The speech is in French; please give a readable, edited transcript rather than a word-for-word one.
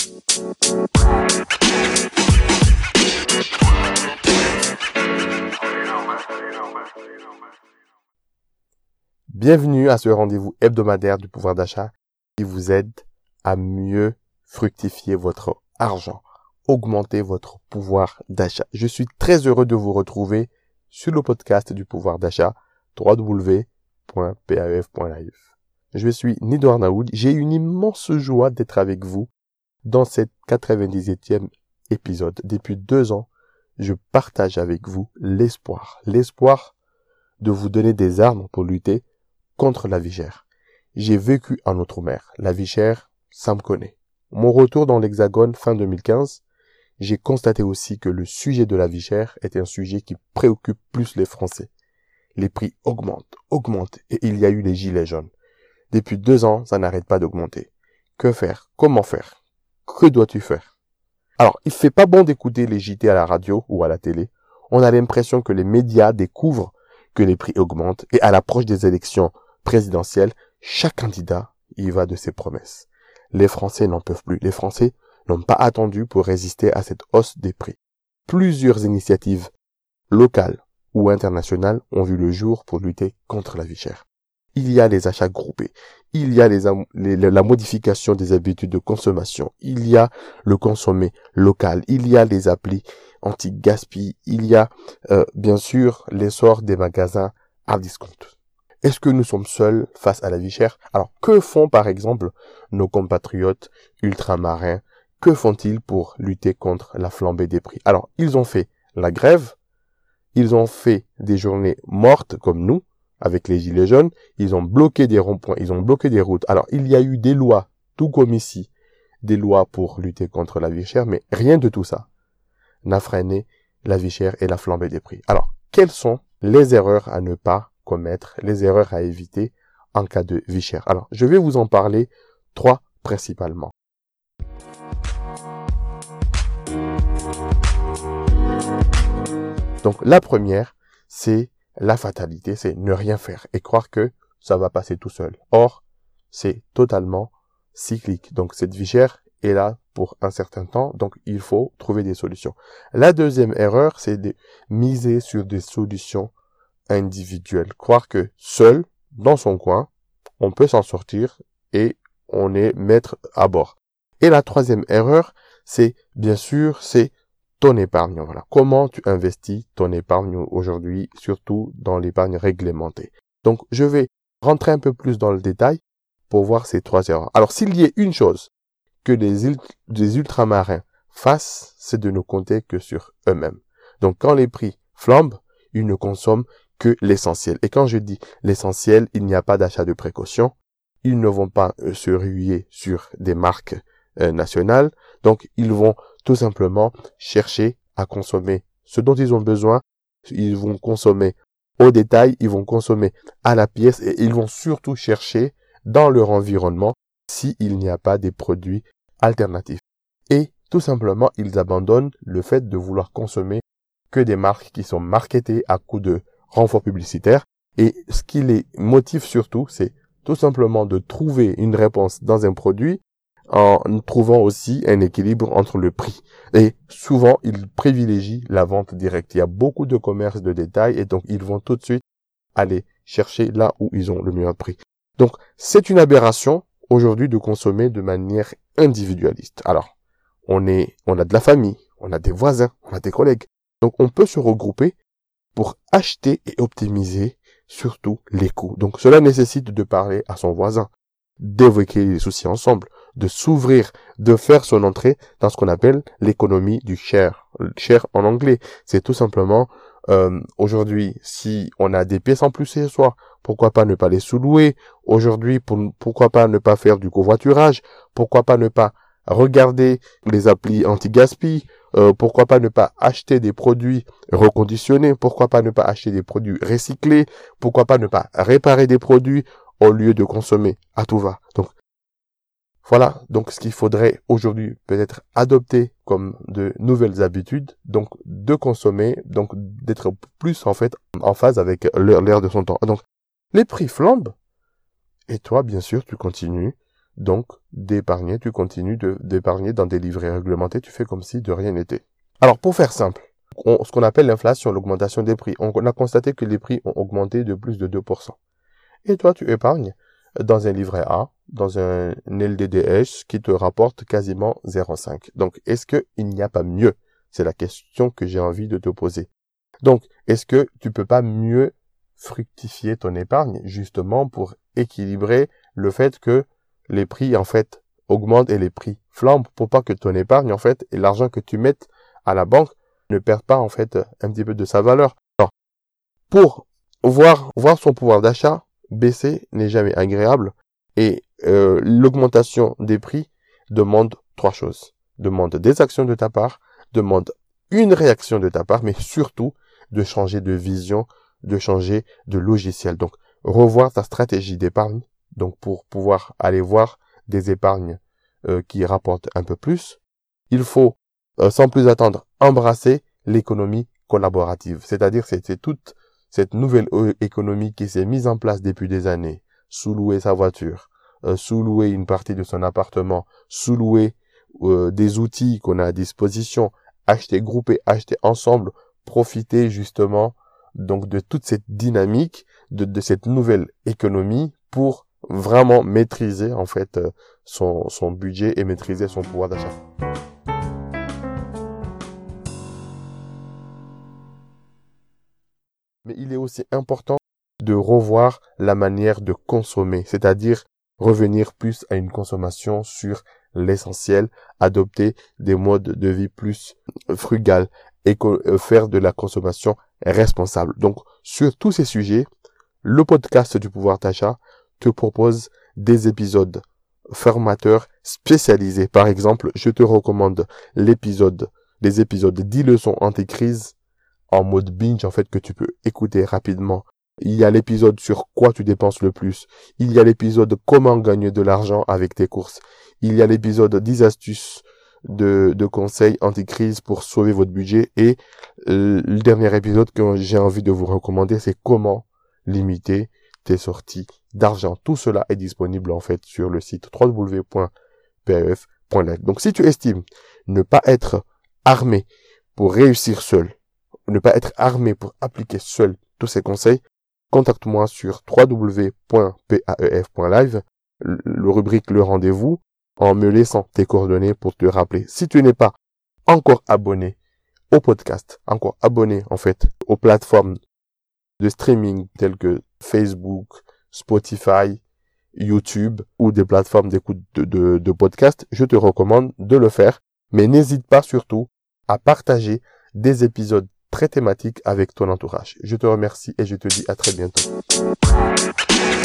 Bienvenue à ce rendez-vous hebdomadaire du pouvoir d'achat qui vous aide à mieux fructifier votre argent, augmenter votre pouvoir d'achat. Je suis très heureux de vous retrouver sur le podcast du pouvoir d'achat www.paf.live. Je suis Nido Arnaoud. J'ai une immense joie d'être avec vous dans cette 97e épisode. Depuis 2 ans, je partage avec vous l'espoir de vous donner des armes pour lutter contre la vie chère. J'ai vécu en Outre-mer. La vie chère, ça me connaît. Mon retour dans l'Hexagone fin 2015, j'ai constaté aussi que le sujet de la vie chère est un sujet qui préoccupe plus les Français. Les prix augmentent et il y a eu les gilets jaunes. Depuis 2 ans, ça n'arrête pas d'augmenter. Que faire? Comment faire? Que dois-tu faire? Alors, il fait pas bon d'écouter les JT à la radio ou à la télé. On a l'impression que les médias découvrent que les prix augmentent et à l'approche des élections présidentielle, chaque candidat y va de ses promesses. Les Français n'en peuvent plus. Les Français n'ont pas attendu pour résister à cette hausse des prix. Plusieurs initiatives locales ou internationales ont vu le jour pour lutter contre la vie chère. Il y a les achats groupés, il y a la modification des habitudes de consommation, il y a le consommer local, il y a les applis anti-gaspi, il y a bien sûr l'essor des magasins à discount. Est-ce que nous sommes seuls face à la vie chère? Alors, que font par exemple nos compatriotes ultramarins? Que font-ils pour lutter contre la flambée des prix? Alors, ils ont fait la grève, ils ont fait des journées mortes comme nous, avec les gilets jaunes, ils ont bloqué des ronds-points, ils ont bloqué des routes. Alors, il y a eu des lois, tout comme ici, des lois pour lutter contre la vie chère, mais rien de tout ça n'a freiné la vie chère et la flambée des prix. Alors, quelles sont les erreurs à ne pas commettre, les erreurs à éviter en cas de vie chère? Alors, je vais vous en parler 3 principalement. Donc, la première, c'est la fatalité, c'est ne rien faire et croire que ça va passer tout seul. Or, c'est totalement cyclique. Donc, cette vie chère est là pour un certain temps, donc il faut trouver des solutions. La deuxième erreur, c'est de miser sur des solutions individuelles. Croire que seul, dans son coin, on peut s'en sortir et on est maître à bord. Et la troisième erreur, c'est, bien sûr, c'est ton épargne. Voilà. Comment tu investis ton épargne aujourd'hui, surtout dans l'épargne réglementée. Donc, je vais rentrer un peu plus dans le détail pour voir ces 3 erreurs. Alors, s'il y a une chose que les ultramarins fassent, c'est de ne compter que sur eux-mêmes. Donc, quand les prix flambent, ils ne consomment que l'essentiel. Et quand je dis l'essentiel, il n'y a pas d'achat de précaution. Ils ne vont pas se ruer sur des marques nationales. Donc, ils vont tout simplement chercher à consommer ce dont ils ont besoin. Ils vont consommer au détail, ils vont consommer à la pièce et ils vont surtout chercher dans leur environnement s'il n'y a pas des produits alternatifs. Et tout simplement, ils abandonnent le fait de vouloir consommer que des marques qui sont marketées à coup de renfort publicitaire. Et ce qui les motive surtout, c'est tout simplement de trouver une réponse dans un produit en trouvant aussi un équilibre entre le prix. Et souvent, ils privilégient la vente directe. Il y a beaucoup de commerces de détail et donc ils vont tout de suite aller chercher là où ils ont le meilleur prix. Donc, c'est une aberration aujourd'hui de consommer de manière individualiste. Alors, on a de la famille, on a des voisins, on a des collègues. Donc, on peut se regrouper pour acheter et optimiser surtout les coûts. Donc, cela nécessite de parler à son voisin, d'évoquer les soucis ensemble, de s'ouvrir, de faire son entrée dans ce qu'on appelle l'économie du share. Share en anglais, c'est tout simplement aujourd'hui, si on a des pièces en plus chez soi, pourquoi pas ne pas les sous-louer? Aujourd'hui, pourquoi pas ne pas faire du covoiturage? Pourquoi pas ne pas regarder les applis anti-gaspi? Pourquoi pas ne pas acheter des produits reconditionnés? Pourquoi pas ne pas acheter des produits recyclés? Pourquoi pas ne pas réparer des produits au lieu de consommer à tout va? Donc, voilà, donc ce qu'il faudrait aujourd'hui peut-être adopter comme de nouvelles habitudes, donc de consommer, donc d'être plus en fait en phase avec l'air de son temps. Donc les prix flambent et toi bien sûr tu continues donc d'épargner, tu continues d'épargner dans des livrets réglementés, tu fais comme si de rien n'était. Alors pour faire simple, ce qu'on appelle l'inflation, l'augmentation des prix, on a constaté que les prix ont augmenté de plus de 2%. Et toi tu épargnes dans un livret A, dans un LDDS qui te rapporte quasiment 0,5. Donc est-ce qu'il n'y a pas mieux? C'est la question que j'ai envie de te poser. Donc est-ce que tu peux pas mieux fructifier ton épargne justement pour équilibrer le fait que les prix en fait augmentent et les prix flambent pour pas que ton épargne en fait et l'argent que tu mettes à la banque ne perde pas en fait un petit peu de sa valeur. Alors, pour voir son pouvoir d'achat baisser n'est jamais agréable et l'augmentation des prix demande trois choses. Demande des actions de ta part, demande une réaction de ta part, mais surtout de changer de vision, de changer de logiciel. Donc, revoir ta stratégie d'épargne, donc pour pouvoir aller voir des épargnes qui rapportent un peu plus. Il faut, sans plus attendre, embrasser l'économie collaborative. C'est-à-dire, c'est toute cette nouvelle économie qui s'est mise en place depuis des années. Sous-louer sa voiture, sous-louer une partie de son appartement, sous-louer des outils qu'on a à disposition, acheter groupé, acheter ensemble, profiter justement donc de toute cette dynamique, de cette nouvelle économie pour vraiment maîtriser en fait son budget et maîtriser son pouvoir d'achat. Mais il est aussi important de revoir la manière de consommer, c'est-à-dire revenir plus à une consommation sur l'essentiel, adopter des modes de vie plus frugales et faire de la consommation responsable. Donc, sur tous ces sujets, le podcast du pouvoir d'achat te propose des épisodes formateurs spécialisés. Par exemple, je te recommande les épisodes 10 leçons anti-crise en mode binge, en fait, que tu peux écouter rapidement. Il y a l'épisode sur quoi tu dépenses le plus. Il y a l'épisode comment gagner de l'argent avec tes courses. Il y a l'épisode 10 astuces de conseils anti-crise pour sauver votre budget. Et le dernier épisode que j'ai envie de vous recommander, c'est comment limiter tes sorties d'argent. Tout cela est disponible en fait sur le site www.paf.live. Donc si tu estimes ne pas être armé pour réussir seul, ne pas être armé pour appliquer seul tous ces conseils, contacte-moi sur www.paf.live, le rubrique le rendez-vous, en me laissant tes coordonnées pour te rappeler. Si tu n'es pas encore abonné au podcast, encore abonné en fait aux plateformes de streaming telles que Facebook, Spotify, YouTube ou des plateformes d'écoute de podcast, je te recommande de le faire. Mais n'hésite pas surtout à partager des épisodes très thématiques avec ton entourage. Je te remercie et je te dis à très bientôt.